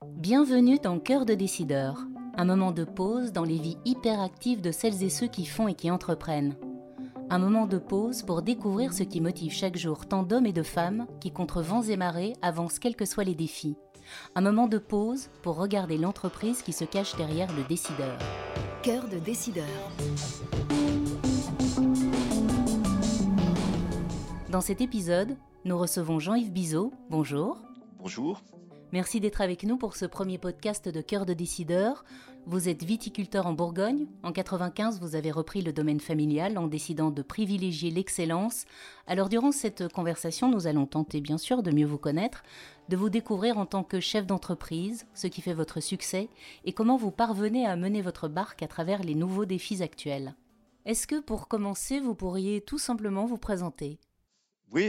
Bienvenue dans Cœur de décideur, un moment de pause dans les vies hyperactives de celles et ceux qui font et qui entreprennent. Un moment de pause pour découvrir ce qui motive chaque jour tant d'hommes et de femmes qui, contre vents et marées, avancent quels que soient les défis. Un moment de pause pour regarder l'entreprise qui se cache derrière le décideur. Cœur de décideur. Dans cet épisode, nous recevons Jean-Yves Bizot. Bonjour. Bonjour. Merci d'être avec nous pour ce premier podcast de Cœur de décideur. Vous êtes viticulteur en Bourgogne. En 95, vous avez repris le domaine familial en décidant de privilégier l'excellence. Alors durant cette conversation, nous allons tenter bien sûr de mieux vous connaître, de vous découvrir en tant que chef d'entreprise, ce qui fait votre succès et comment vous parvenez à mener votre barque à travers les nouveaux défis actuels. Est-ce que pour commencer, vous pourriez tout simplement vous présenter ? Oui,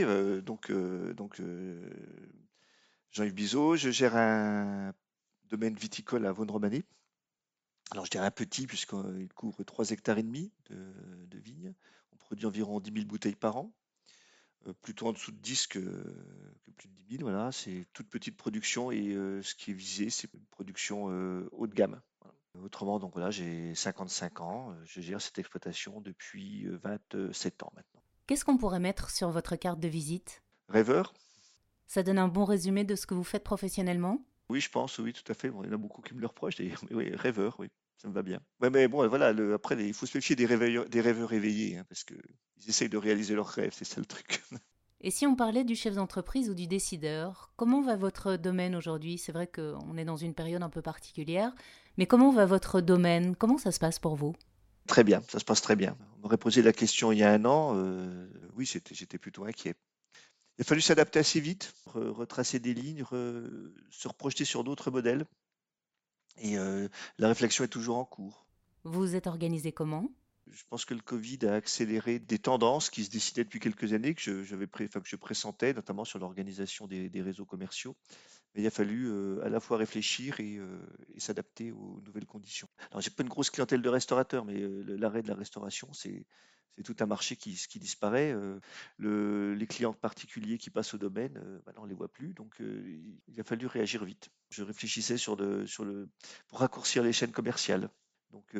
Jean-Yves Bizot, je gère un domaine viticole à Vosne-Romanée. Alors je dirais un petit puisqu'il couvre 3 hectares et demi de vignes. On produit environ 10 000 bouteilles par an, plutôt en dessous de 10 que plus de 10 000. Voilà, c'est toute petite production et ce qui est visé, c'est une production haut de gamme. Voilà. Autrement, donc voilà, j'ai 55 ans, je gère cette exploitation depuis 27 ans maintenant. Qu'est-ce qu'on pourrait mettre sur votre carte de visite ? Rêveur? Ça donne un bon résumé de ce que vous faites professionnellement ? Oui, je pense, oui, tout à fait. Bon, il y en a beaucoup qui me le reprochent d'ailleurs. Mais oui, rêveur, oui, ça me va bien. Ouais, mais bon, voilà, après, il faut se méfier des rêveurs éveillés, hein, parce que ils essayent de réaliser leurs rêves, c'est ça le truc. Et si on parlait du chef d'entreprise ou du décideur, comment va votre domaine aujourd'hui ? C'est vrai qu'on est dans une période un peu particulière, mais comment va votre domaine ? Comment ça se passe pour vous ? Très bien, ça se passe très bien. On m'aurait posé la question il y a un an, oui, j'étais plutôt inquiet. Il a fallu s'adapter assez vite, retracer des lignes, se reprojeter sur d'autres modèles, et la réflexion est toujours en cours. Vous êtes organisé comment ? Je pense que le Covid a accéléré des tendances qui se dessinaient depuis quelques années, que je pressentais, notamment sur l'organisation des réseaux commerciaux. Mais il a fallu à la fois réfléchir et s'adapter aux nouvelles conditions. Alors, j'ai pas une grosse clientèle de restaurateurs, mais l'arrêt de la restauration, c'est tout un marché qui disparaît. Les clients particuliers qui passent au domaine, maintenant on les voit plus. Donc, il a fallu réagir vite. Je réfléchissais pour raccourcir les chaînes commerciales. Donc,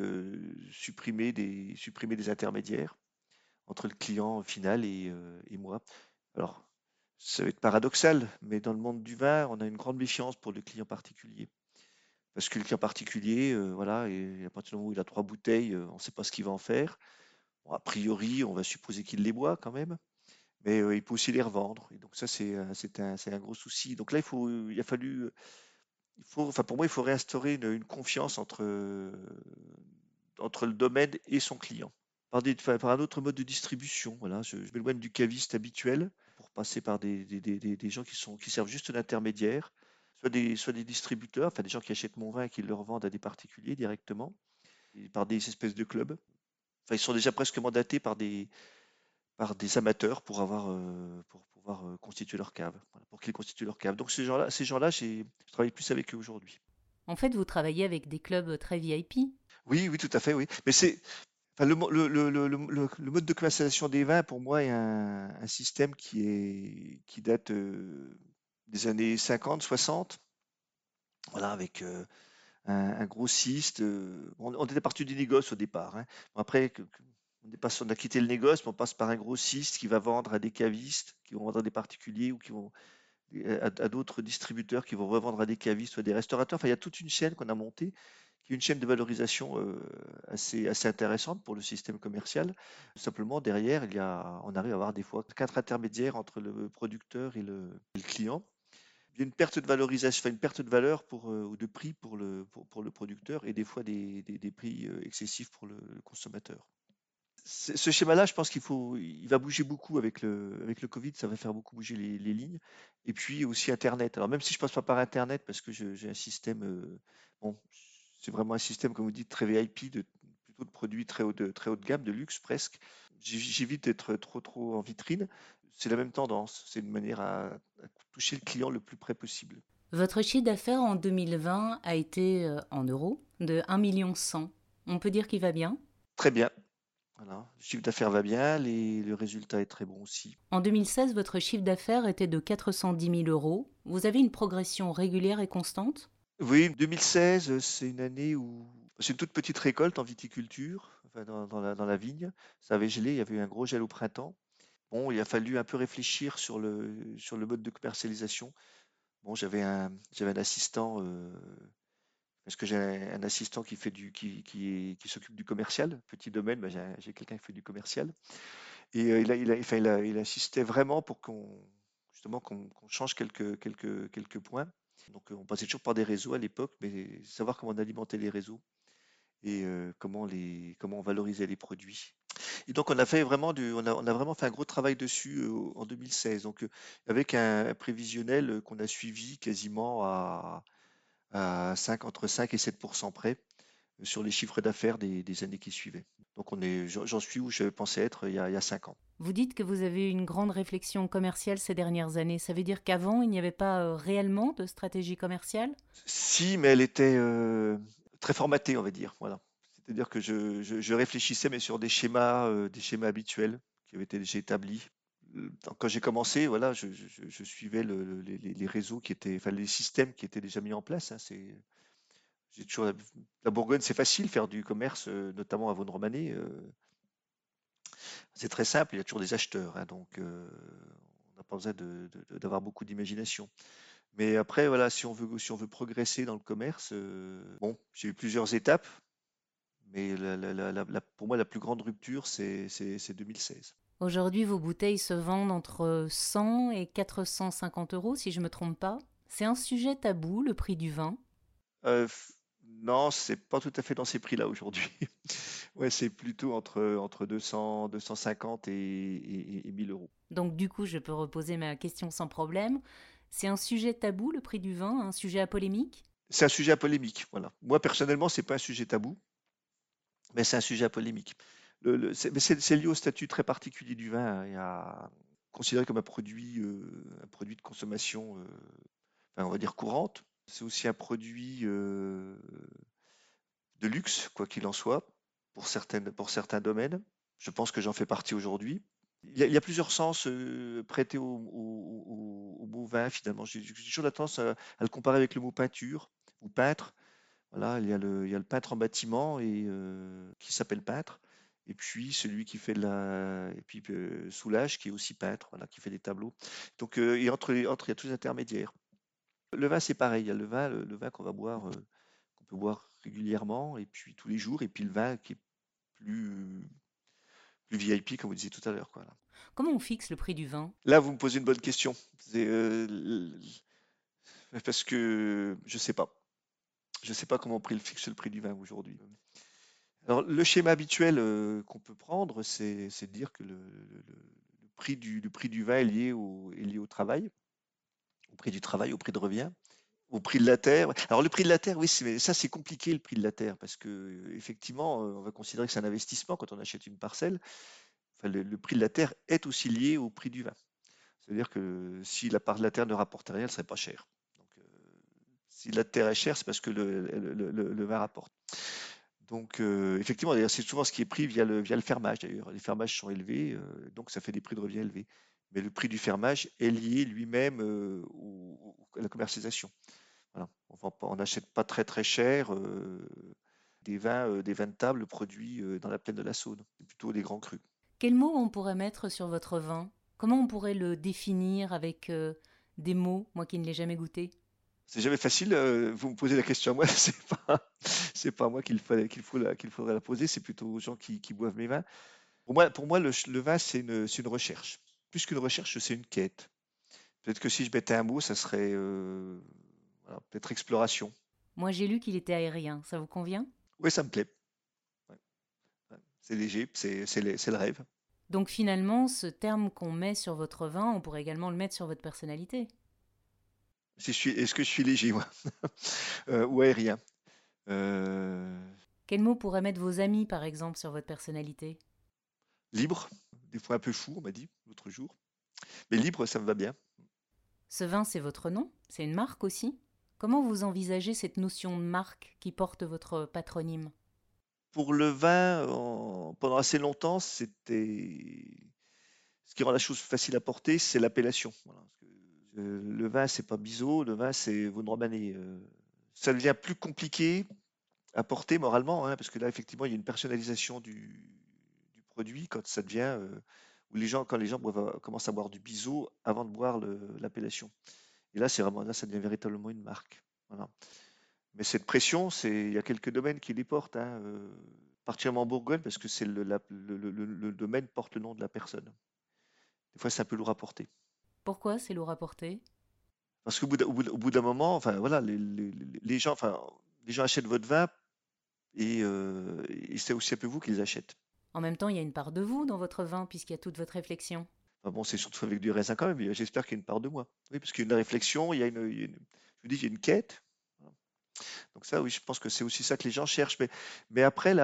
supprimer des intermédiaires entre le client final et moi. Alors, ça va être paradoxal, mais dans le monde du vin, on a une grande méfiance pour le client particulier. Parce que le client particulier, voilà, et à partir du moment où il a 3 bouteilles, on ne sait pas ce qu'il va en faire. Bon, a priori, on va supposer qu'il les boit quand même, mais il peut aussi les revendre. Et donc ça, c'est un gros souci. Donc là, enfin pour moi, il faut réinstaurer une confiance entre le domaine et son client. Par un autre mode de distribution. Voilà, je m'éloigne du caviste habituel pour passer par des gens qui servent juste d'intermédiaires, soit des distributeurs, enfin des gens qui achètent mon vin et qui le revendent à des particuliers directement, et par des espèces de clubs. Enfin, ils sont déjà presque mandatés par des amateurs pour pouvoir constituer leur cave, voilà, pour qu'ils constituent leur cave. Donc ces gens-là, je travaille plus avec eux aujourd'hui. En fait, vous travaillez avec des clubs très VIP. Oui, oui, tout à fait, oui. Mais enfin, le mode de commercialisation des vins, pour moi, est un système qui date des années 50, 60. Voilà, avec un grossiste. On était parti du négoce au départ, hein. Bon, après, on a quitté le négoce, mais on passe par un grossiste qui va vendre à des cavistes, qui vont vendre à des particuliers ou qui vont à d'autres distributeurs qui vont revendre à des cavistes ou à des restaurateurs. Enfin, il y a toute une chaîne qu'on a montée, qui est une chaîne de valorisation assez intéressante pour le système commercial. Simplement, derrière, on arrive à avoir des fois 4 intermédiaires entre le producteur et le client. Il y a une perte de valorisation, enfin une perte de valeur ou de prix pour le producteur et des fois des prix excessifs pour le consommateur. Ce schéma-là, je pense il va bouger beaucoup avec le Covid, ça va faire beaucoup bouger les lignes. Et puis aussi Internet. Alors même si je passe pas par Internet parce que j'ai un système, bon, c'est vraiment un système, comme vous dites, très VIP, plutôt de produits très haut de gamme, de luxe presque. J'évite d'être trop en vitrine. C'est la même tendance. C'est une manière à toucher le client le plus près possible. Votre chiffre d'affaires en 2020 a été, en euros, de 1,1 million. On peut dire qu'il va bien ? Très bien. Voilà. Le chiffre d'affaires va bien, le résultat est très bon aussi. En 2016, votre chiffre d'affaires était de 410 000 euros. Vous avez une progression régulière et constante ? Oui, 2016, c'est une année où c'est une toute petite récolte en viticulture, enfin dans la vigne. Ça avait gelé, il y avait eu un gros gel au printemps. Bon, il a fallu un peu réfléchir sur le mode de commercialisation. Bon, j'avais un assistant, parce que j'ai un assistant qui fait qui s'occupe du commercial, petit domaine, bah, j'ai quelqu'un qui fait du commercial. Et enfin, il insistait vraiment pour justement qu'on change quelques points. Donc, on passait toujours par des réseaux à l'époque, mais savoir comment on alimentait les réseaux et comment on valorisait les produits. Et donc, on a vraiment fait un gros travail dessus en 2016. Donc, avec un prévisionnel qu'on a suivi quasiment à entre 5 et 7% près sur les chiffres d'affaires des années qui suivaient. Donc, j'en suis où je pensais être il y a 5 ans. Vous dites que vous avez eu une grande réflexion commerciale ces dernières années. Ça veut dire qu'avant, il n'y avait pas réellement de stratégie commerciale? Si, mais elle était très formatée, on va dire. Voilà. C'est-à-dire que je réfléchissais, mais sur des schémas habituels qui avaient été déjà établis. Quand j'ai commencé, voilà, je suivais les réseaux qui étaient, enfin les systèmes qui étaient déjà mis en place, hein. J'ai toujours la Bourgogne, c'est facile faire du commerce, notamment à Vaune-Romanée. C'est très simple, il y a toujours des acheteurs, hein, donc on n'a pas besoin d'avoir beaucoup d'imagination. Mais après, voilà, si on veut progresser dans le commerce, bon, j'ai eu plusieurs étapes, mais pour moi, la plus grande rupture, c'est 2016. Aujourd'hui, vos bouteilles se vendent entre 100 et 450 euros, si je ne me trompe pas. C'est un sujet tabou, le prix du vin. Non, c'est pas tout à fait dans ces prix-là aujourd'hui. Ouais, c'est plutôt entre 200, 250 et 1000 euros. Donc du coup, je peux reposer ma question sans problème. C'est un sujet tabou, le prix du vin, un sujet à polémique? C'est un sujet à polémique, voilà. Moi, personnellement, c'est pas un sujet tabou, mais c'est un sujet à polémique. Mais c'est lié au statut très particulier du vin, hein, et considéré comme un produit de consommation, enfin, on va dire courante. C'est aussi un produit de luxe, quoi qu'il en soit, pour certains domaines. Je pense que j'en fais partie aujourd'hui. Il y a plusieurs sens prêtés au mot vin, finalement. J'ai toujours la tendance à le comparer avec le mot peinture ou peintre. Voilà, il y a le peintre en bâtiment qui s'appelle peintre. Et puis celui qui fait et puis Soulages qui est aussi peintre, voilà, qui fait des tableaux. Donc, et il y a tous les intermédiaires. Le vin, c'est pareil. Il y a le vin qu'on va boire, qu'on peut boire régulièrement et puis tous les jours. Et puis le vin qui est plus, plus VIP, comme vous disiez tout à l'heure, quoi, là. Comment on fixe le prix du vin? Là, vous me posez une bonne question. Parce que je sais pas. Je sais pas comment fixe le prix du vin aujourd'hui. Alors, le schéma habituel qu'on peut prendre, c'est de dire que le prix du vin est lié au travail, au prix du travail, au prix de revient, au prix de la terre. Alors, le prix de la terre, oui, ça c'est compliqué le prix de la terre parce que effectivement, on va considérer que c'est un investissement quand on achète une parcelle. Enfin, le prix de la terre est aussi lié au prix du vin. C'est-à-dire que si la part de la terre ne rapporte rien, elle serait pas chère. Donc, si la terre est chère, c'est parce que le vin rapporte. Donc, effectivement, d'ailleurs, c'est souvent ce qui est pris via le fermage, d'ailleurs. Les fermages sont élevés, donc ça fait des prix de revient élevés. Mais le prix du fermage est lié lui-même à la commercialisation. Voilà. On n'achète pas très très cher des vins de table produits dans la plaine de la Saône. C'est plutôt des grands crus. Quel mot on pourrait mettre sur votre vin? Comment on pourrait le définir avec des mots, moi qui ne l'ai jamais goûté? C'est jamais facile. Vous me posez la question à moi, c'est pas à moi qu'il faudrait la poser. C'est plutôt aux gens qui boivent mes vins. Pour moi, le vin, c'est une recherche. Plus qu'une recherche, c'est une quête. Peut-être que si je mettais un mot, ça serait voilà, peut-être exploration. Moi j'ai lu qu'il était aérien, ça vous convient? Oui, ça me plaît. Ouais, ouais. C'est léger, c'est le rêve. Donc finalement, ce terme qu'on met sur votre vin, on pourrait également le mettre sur votre personnalité. Est-ce que je suis léger, moi? Ou aérien? Euh, Quel mot pourrait mettre vos amis, par exemple, sur votre personnalité? Libre, des fois un peu fou, on m'a dit l'autre jour. Mais libre, ça me va bien. Ce vin, c'est votre nom? C'est une marque aussi? Comment vous envisagez cette notion de marque qui porte votre patronyme? Pour le vin, pendant assez longtemps, ce qui rend la chose facile à porter, c'est l'appellation. Voilà. Parce que, le vin, c'est pas Bizot, le vin, c'est Vaune-Romanée. ça devient plus compliqué à porter moralement, hein, parce que là, effectivement, il y a une personnalisation du produit quand ça devient, où quand les gens commencent à boire du biseau avant de boire l'appellation. Et là, là, ça devient véritablement une marque. Voilà. Mais cette pression, il y a quelques domaines qui les portent, hein, particulièrement en Bourgogne, parce que le domaine porte le nom de la personne. Des fois, c'est un peu lourd à porter. Pourquoi c'est lourd à porter? Parce au bout d'un moment, enfin voilà, les gens achètent votre vin et c'est aussi un peu vous qu'ils achètent. En même temps, il y a une part de vous dans votre vin puisqu'il y a toute votre réflexion. Enfin bon, c'est surtout avec du raisin quand même, mais j'espère qu'il y a une part de moi. Oui, parce qu'il y a une réflexion, je vous dis, il y a une quête. Voilà. Donc ça, oui, je pense que c'est aussi ça que les gens cherchent. Mais après,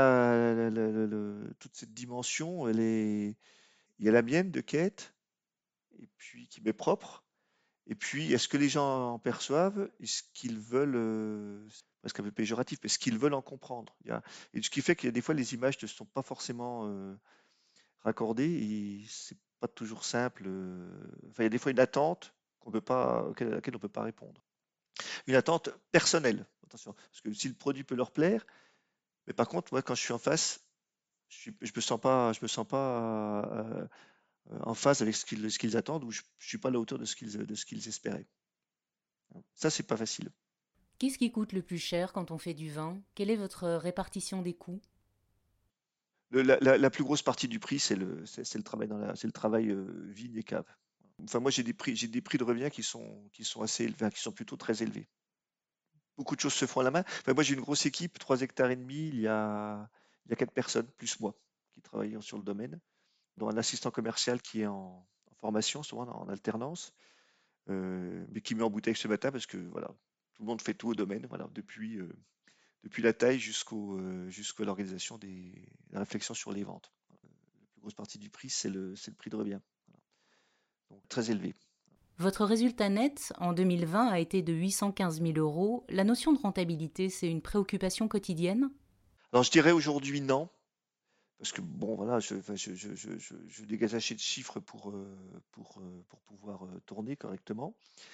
toute cette dimension, il y a la mienne de quête, et puis qui m'est propre. Et puis, est-ce que les gens en perçoivent? Est-ce qu'ils veulent, c'est presque un peu péjoratif, mais est-ce qu'ils veulent en comprendre? Et ce qui fait qu'il y a des fois, les images ne sont pas forcément raccordées et c'est pas toujours simple. Enfin, il y a des fois une attente à laquelle on ne peut pas répondre. Une attente personnelle, attention, parce que si le produit peut leur plaire, mais par contre, moi, quand je suis en face, je me sens pas en phase avec ce qu'ils attendent ou je suis pas à la hauteur de ce qu'ils espéraient. Ça, c'est pas facile. Qu'est-ce qui coûte le plus cher quand on fait du vin? Quelle est votre répartition des coûts? La plus grosse partie du prix, c'est le travail c'est le travail vigne et cave. Enfin, moi, j'ai des prix de revient qui sont assez élevés, enfin, qui sont plutôt très élevés. Beaucoup de choses se font à la main. Enfin, moi, j'ai une grosse équipe, 3 hectares et demi. Il y a 4 personnes, plus moi, qui travaillent sur le domaine, dont un assistant commercial qui est en formation, souvent en alternance, mais qui met en bouteille ce matin parce que voilà, tout le monde fait tout au domaine, voilà, depuis la taille jusqu'à l'organisation la réflexion sur les ventes. La plus grosse partie du prix, c'est le prix de revient. Voilà. Donc très élevé. Votre résultat net en 2020 a été de 815 000 euros. La notion de rentabilité, c'est une préoccupation quotidienne? Alors je dirais aujourd'hui non, parce que bon voilà, enfin, je dégage assez de chiffres pour pouvoir tourner correctement.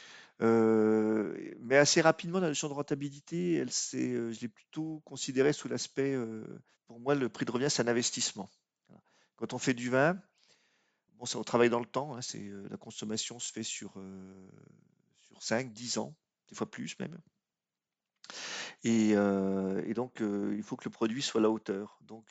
Mais assez rapidement, la notion de rentabilité, je l'ai plutôt considérée sous l'aspect, pour moi, le prix de revient, c'est un investissement. Voilà. Quand on fait du vin, bon, ça, on travaille dans le temps, hein, la consommation se fait sur 5, 10 ans, des fois plus même. Et donc, il faut que le produit soit à la hauteur. Donc,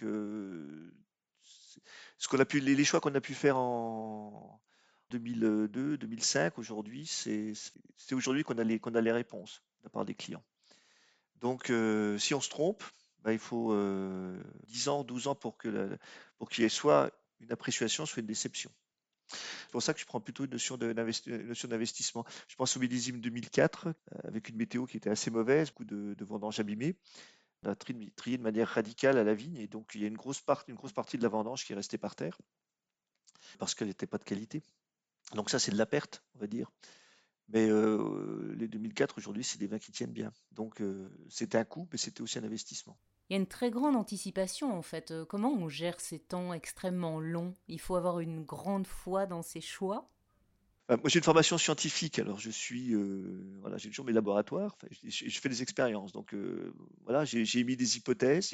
les choix qu'on a pu faire en 2002, 2005, aujourd'hui, c'est aujourd'hui qu'on a les réponses de la part des clients. Donc, si on se trompe, bah, il faut 10 ans, 12 ans pour qu'il y ait soit une appréciation, soit une déception. C'est pour ça que je prends plutôt une notion d'investissement. Je pense au millésime 2004, avec une météo qui était assez mauvaise, beaucoup de vendanges abîmées. On a trié de manière radicale à la vigne, et donc il y a une grosse partie de la vendange qui est restée par terre, parce qu'elle n'était pas de qualité. Donc ça, c'est de la perte, on va dire. Mais les 2004, aujourd'hui, c'est des vins qui tiennent bien. Donc c'était un coût, mais c'était aussi un investissement. Il y a une très grande anticipation en fait. Comment on gère ces temps extrêmement longs? Il faut avoir une grande foi dans ses choix. Moi, j'ai une formation scientifique, alors voilà, j'ai toujours mes laboratoires, enfin, je fais des expériences. Donc voilà, j'ai émis des hypothèses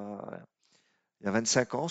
il y a 25 ans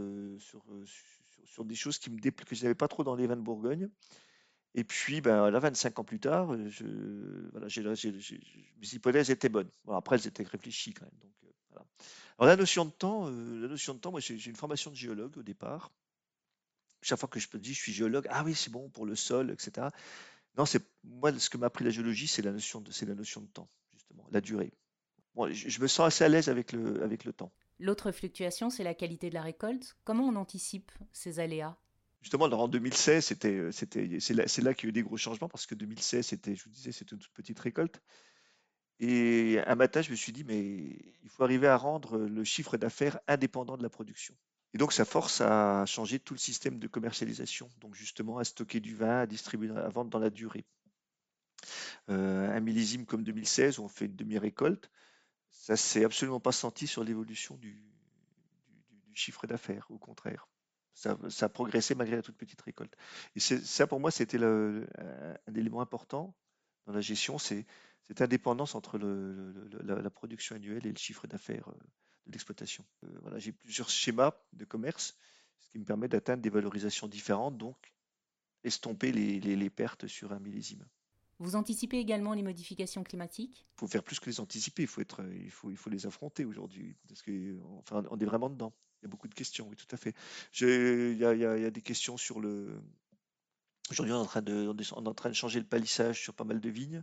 sur des choses que je n'avais pas trop dans les vins de Bourgogne. Et puis, ben, là, 25 ans plus tard, voilà, mes hypothèses étaient bonnes. Bon, après, elles étaient réfléchies quand même. Donc, voilà. Alors, la notion de temps, moi, j'ai une formation de géologue au départ. Chaque fois que je me dis, je suis géologue, ah oui, c'est bon pour le sol, etc. Non, moi, ce que m'a appris la géologie, c'est la notion de temps, justement, la durée. Bon, je me sens assez à l'aise avec le temps. L'autre fluctuation, c'est la qualité de la récolte. Comment on anticipe ces aléas? Justement, alors en 2016, c'est là qu'il y a eu des gros changements parce que 2016, je vous disais, c'était une toute petite récolte. Et un matin, je me suis dit, mais il faut arriver à rendre le chiffre d'affaires indépendant de la production. Et donc, ça force à changer tout le système de commercialisation. Donc, justement, à stocker du vin, à distribuer, à vendre dans la durée. Un millésime comme 2016, où on fait une demi-récolte, ça s'est absolument pas senti sur l'évolution du chiffre d'affaires, au contraire. Ça a progressé malgré la toute petite récolte. Et ça, pour moi, c'était un élément important dans la gestion, cette indépendance entre la production annuelle et le chiffre d'affaires de l'exploitation. Voilà, j'ai plusieurs schémas de commerce, ce qui me permet d'atteindre des valorisations différentes, donc estomper les pertes sur un millésime. Vous anticipez également les modifications climatiques? Il faut faire plus que les anticiper, il faut les affronter aujourd'hui, parce que enfin, on est vraiment dedans. Il y a beaucoup de questions, oui, tout à fait. Il y a des questions sur le. Aujourd'hui, on est en train de changer le palissage sur pas mal de vignes.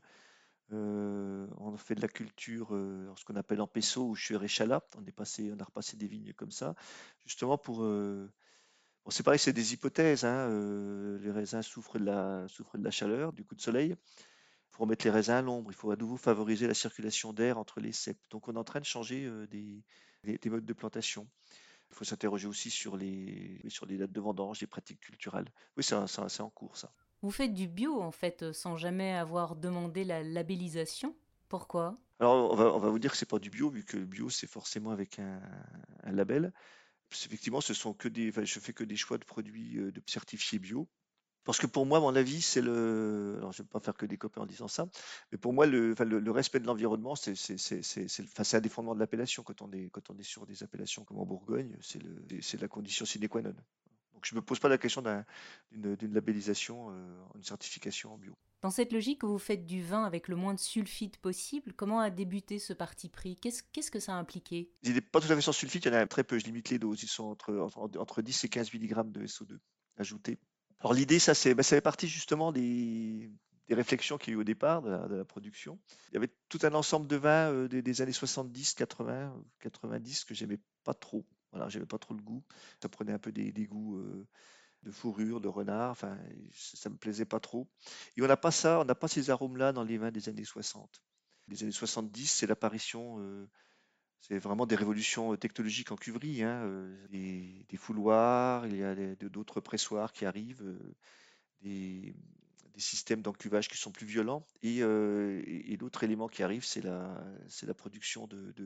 On fait de la culture, ce qu'on appelle en peso ou chuer échalas. On a repassé des vignes comme ça, justement pour. Bon, c'est pareil, c'est des hypothèses, hein, les raisins souffrent de la chaleur, du coup de soleil. Il faut remettre les raisins à l'ombre. Il faut à nouveau favoriser la circulation d'air entre les ceps. Donc, on est en train de changer des modes de plantation. Il faut s'interroger aussi sur les dates de vendange, les pratiques culturelles. Oui, c'est en cours, ça. Vous faites du bio en fait sans jamais avoir demandé la labellisation. Pourquoi? Alors, on va vous dire que c'est pas du bio, vu que le bio, c'est forcément avec un label. Effectivement, enfin, je fais que des choix de produits de certifiés bio. Parce que pour moi, mon avis, alors je ne vais pas faire que des copains en disant ça, mais pour moi, le respect de l'environnement, enfin, c'est un des fondements de l'appellation. Quand on est sur des appellations comme en Bourgogne, c'est la condition sine qua non. Donc, je me pose pas la question d'une labellisation, une certification en bio. Dans cette logique, vous faites du vin avec le moins de sulfite possible. Comment a débuté ce parti pris? Qu'est-ce que ça a impliqué? Il n'est pas tout à fait sans sulfite, il y en a très peu, je limite les doses. Ils sont entre 10 et 15 milligrammes de SO2 ajoutés. Alors l'idée, ça fait partie justement des réflexions qu'il y a eu au départ de la production. Il y avait tout un ensemble de vins des années 70, 80, 90 que j'aimais pas trop. Voilà, j'aimais pas trop le goût. Ça prenait un peu des goûts de fourrure, de renard. Enfin, ça me plaisait pas trop. Et on n'a pas ces arômes-là dans les vins des années 60. Les années 70, c'est l'apparition c'est vraiment des révolutions technologiques en cuverie, hein, des fouloirs, il y a d'autres pressoirs qui arrivent, des, des systèmes d'encuvage qui sont plus violents. Et l'autre élément qui arrive, c'est la production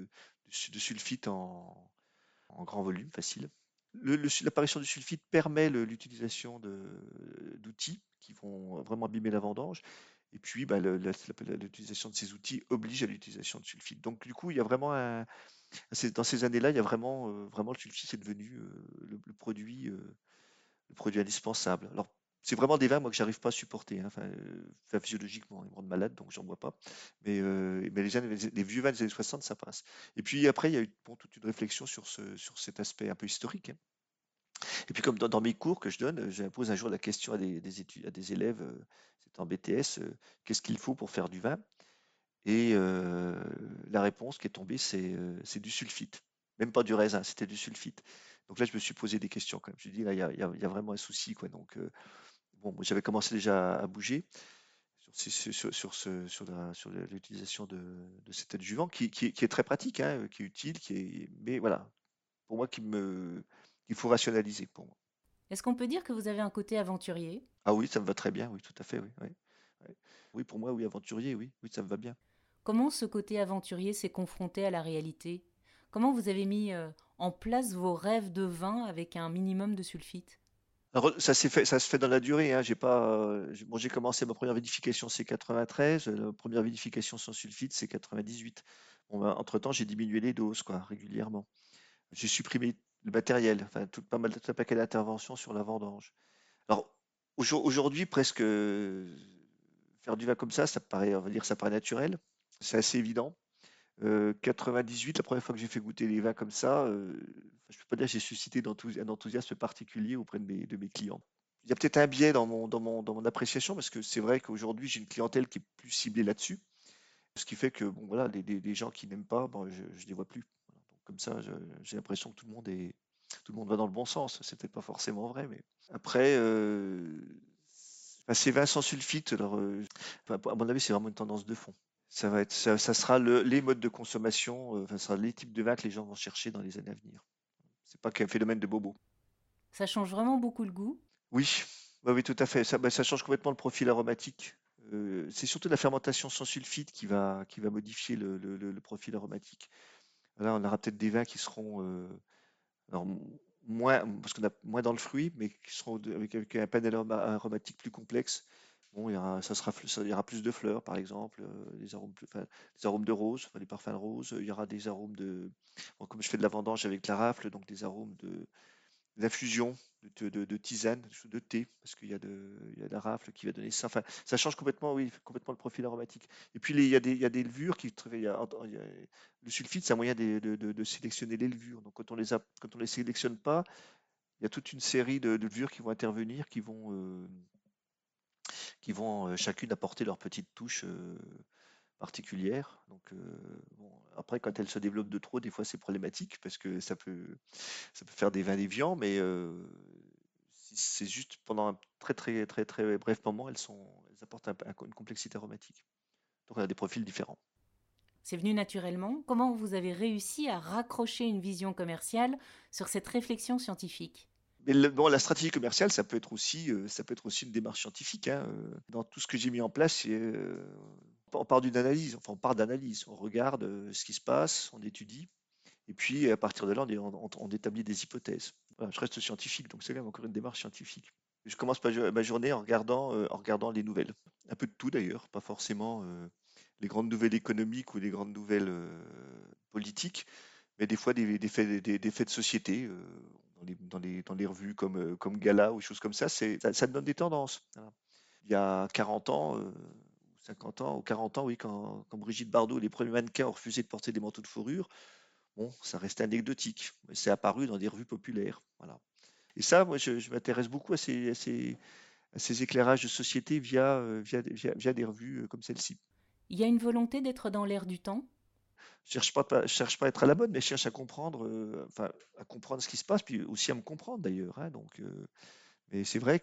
de sulfite en grand volume, facile. L'apparition du sulfite permet l'utilisation d'outils qui vont vraiment abîmer la vendange. Et puis, bah, l'utilisation de ces outils oblige à l'utilisation de sulfite. Donc, du coup, il y a vraiment dans ces années-là, il y a vraiment le sulfite est devenu le produit indispensable. Alors, c'est vraiment des vins, moi, que j'arrive pas à supporter, hein. Enfin, physiologiquement, ils me rendent malade, donc j'en bois pas. Mais les vieux vins des années 60, ça passe. Et puis après, il y a eu bon, toute une réflexion sur cet aspect un peu historique, hein. Et puis comme dans mes cours que je donne, je pose un jour la question à des élèves, c'était en BTS, qu'est-ce qu'il faut pour faire du vin? Et la réponse qui est tombée, c'est du sulfite. Même pas du raisin, c'était du sulfite. Donc là, je me suis posé des questions quand même. Je me suis dit, là, il y a vraiment un souci, quoi. Donc, bon, moi, j'avais commencé déjà à bouger sur l'utilisation de cet adjuvant qui est très pratique, hein, qui est utile, mais voilà, pour moi, qu'il faut rationaliser pour moi. Est-ce qu'on peut dire que vous avez un côté aventurier? Ah oui, ça me va très bien, oui, tout à fait, oui, oui. Oui, oui, pour moi, oui, aventurier, oui, oui, ça me va bien. Comment ce côté aventurier s'est confronté à la réalité? Comment vous avez mis en place vos rêves de vin avec un minimum de sulfite? Alors, ça se fait dans la durée, hein. J'ai commencé ma première vinification, c'est 93. La première vinification sans sulfite, c'est 98. Bon, ben, entre-temps, j'ai diminué les doses, quoi, régulièrement. J'ai supprimé le matériel, enfin, tout un paquet d'interventions sur la vendange. Alors, aujourd'hui, presque, faire du vin comme ça paraît, on va dire, ça paraît naturel. C'est assez évident. 98, la première fois que j'ai fait goûter les vins comme ça, je peux pas dire que j'ai suscité un enthousiasme particulier auprès de mes clients. Il y a peut-être un biais dans mon appréciation parce que c'est vrai qu'aujourd'hui j'ai une clientèle qui est plus ciblée là-dessus, ce qui fait que bon voilà, les gens qui n'aiment pas, bon, je les vois plus. Voilà. Donc, comme ça, j'ai l'impression que tout le monde va dans le bon sens. C'est peut-être pas forcément vrai, mais après, enfin, ces vins sans sulfite, alors, enfin, à mon avis, c'est vraiment une tendance de fond. Ça sera les modes de consommation, ça sera les types de vins que les gens vont chercher dans les années à venir. C'est pas qu'un phénomène de bobo. Ça change vraiment beaucoup le goût. Oui, bah oui, tout à fait. Ça change complètement le profil aromatique. C'est surtout la fermentation sans sulfite qui va modifier le profil aromatique. Là, on aura peut-être des vins qui seront alors, moins, parce qu'on a moins dans le fruit, mais qui seront avec un panel aromatique plus complexe. Bon, il y aura plus de fleurs, par exemple, des arômes de rose, enfin, des parfums de rose. Il y aura des arômes bon, comme je fais de la vendange avec la rafle, donc des arômes d'infusion, de tisane, de thé, parce il y a la rafle qui va donner ça. Enfin, ça change complètement, oui, complètement le profil aromatique. Et puis, il y a des levures le sulfite, c'est un moyen de sélectionner les levures. Donc, quand on les sélectionne pas, il y a toute une série de levures qui vont intervenir, qui vont chacune apporter leur petite touche particulière. Donc, bon, après, quand elles se développent de trop, des fois, c'est problématique parce que ça peut faire des vins déviants, mais si c'est juste pendant un très, très, très, très bref moment, elles apportent une complexité aromatique. Donc, on a des profils différents. C'est venu naturellement. Comment vous avez réussi à raccrocher une vision commerciale sur cette réflexion scientifique? Mais bon, la stratégie commerciale, ça peut être aussi une démarche scientifique, hein. Dans tout ce que j'ai mis en place, on part d'une analyse, enfin on part d'analyse, on regarde ce qui se passe, on étudie, et puis à partir de là, on établit des hypothèses. Voilà, je reste scientifique, donc c'est quand même encore une démarche scientifique. Je commence ma journée en regardant les nouvelles. Un peu de tout d'ailleurs, pas forcément les grandes nouvelles économiques ou les grandes nouvelles politiques, mais des fois des faits de société dans les revues comme Gala ou choses comme ça, ça te donne des tendances. Voilà. Il y a 40 ans, 50 ans ou 40 ans, oui, quand Brigitte Bardot, les premiers mannequins ont refusé de porter des manteaux de fourrure, bon, ça restait anecdotique. C'est apparu dans des revues populaires. Voilà. Et ça, moi, je m'intéresse beaucoup à ces éclairages de société via des revues comme celle-ci. Il y a une volonté d'être dans l'air du temps? Je cherche pas à être à la mode, mais je cherche à comprendre, enfin, à comprendre ce qui se passe, puis aussi à me comprendre d'ailleurs, hein. Donc, mais c'est vrai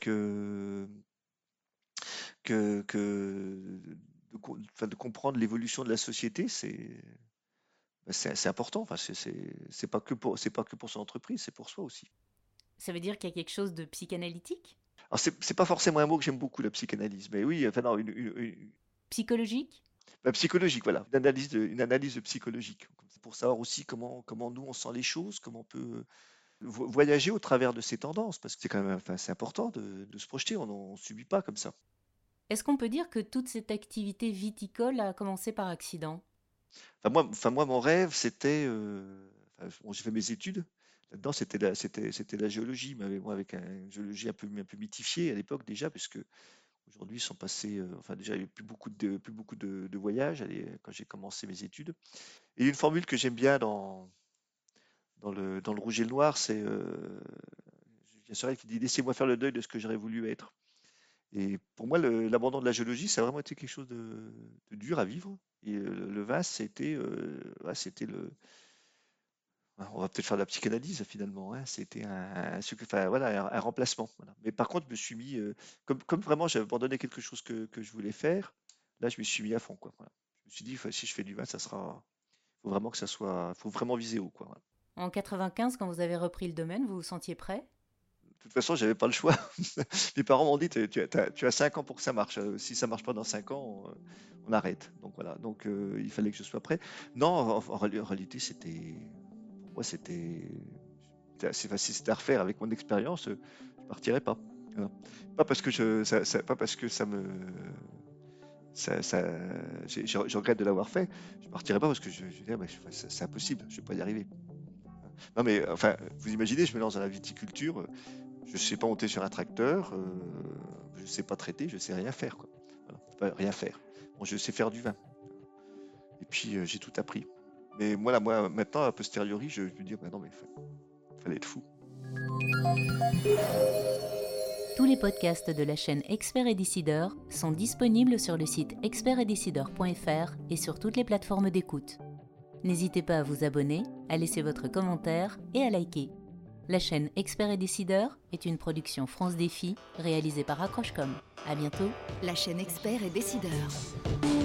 que enfin, de comprendre l'évolution de la société, c'est important. Enfin, c'est pas que pour son entreprise, c'est pour soi aussi. Ça veut dire qu'il y a quelque chose de psychanalytique? Alors, c'est pas forcément un mot que j'aime beaucoup, la psychanalyse, mais oui, enfin, non, Psychologique? psychologique, voilà, une analyse psychologique, pour savoir aussi comment nous on sent les choses, comment on peut voyager au travers de ces tendances, parce que c'est quand même, enfin, c'est important de se projeter, on ne subit pas comme ça. Est-ce qu'on peut dire que toute cette activité viticole a commencé par accident? Enfin, moi mon rêve, c'était, enfin, bon, j'ai fait mes études, là-dedans, c'était la géologie, mais moi, avec une géologie un peu mythifiée à l'époque déjà, puisque aujourd'hui, ils sont passés, enfin, déjà, il n'y a plus beaucoup de voyages quand j'ai commencé mes études. Et il y a une formule que j'aime bien dans le rouge et le noir, c'est Julien Sorel qui dit: «Laissez-moi faire le deuil de ce que j'aurais voulu être». Et pour moi, l'abandon de la géologie, ça a vraiment été quelque chose de dur à vivre. Et le vin, ouais, c'était on va peut-être faire de la psychanalyse finalement, hein. C'était enfin, voilà, un remplacement. Voilà. Mais par contre, je me suis mis, comme vraiment j'avais abandonné quelque chose que je voulais faire, là, je me suis mis à fond, quoi. Voilà. Je me suis dit, si je fais du vin, faut vraiment que ça soit, faut vraiment viser haut, quoi. Voilà. En 95, quand vous avez repris le domaine, vous vous sentiez prêt? De toute façon, j'avais pas le choix. Mes parents m'ont dit, tu as 5 ans pour que ça marche. Si ça marche pas dans 5 ans, on arrête. Donc voilà. Donc il fallait que je sois prêt. Non, en réalité, pour moi, c'était assez facile. C'était à refaire avec mon expérience. Je partirais pas. Voilà. Pas parce que pas parce que ça, je regrette de l'avoir fait. Je partirais pas parce que je dis, ah, bah, c'est impossible. Je vais pas y arriver. Non, mais enfin, vous imaginez, je me lance dans la viticulture. Je sais pas monter sur un tracteur, je sais pas traiter, je sais rien faire, quoi. Voilà, enfin, rien faire. Bon, je sais faire du vin. Et puis j'ai tout appris. Mais moi maintenant, a posteriori, je me dis, bah non, mais fallait être fou. Tous les podcasts de la chaîne Expert et Décideur sont disponibles sur le site expertetdecideur.fr et sur toutes les plateformes d'écoute. N'hésitez pas à vous abonner, à laisser votre commentaire et à liker. La chaîne Expert et Décideur est une production France Défi réalisée par Accroche.com. À bientôt. La chaîne Expert et Décideur.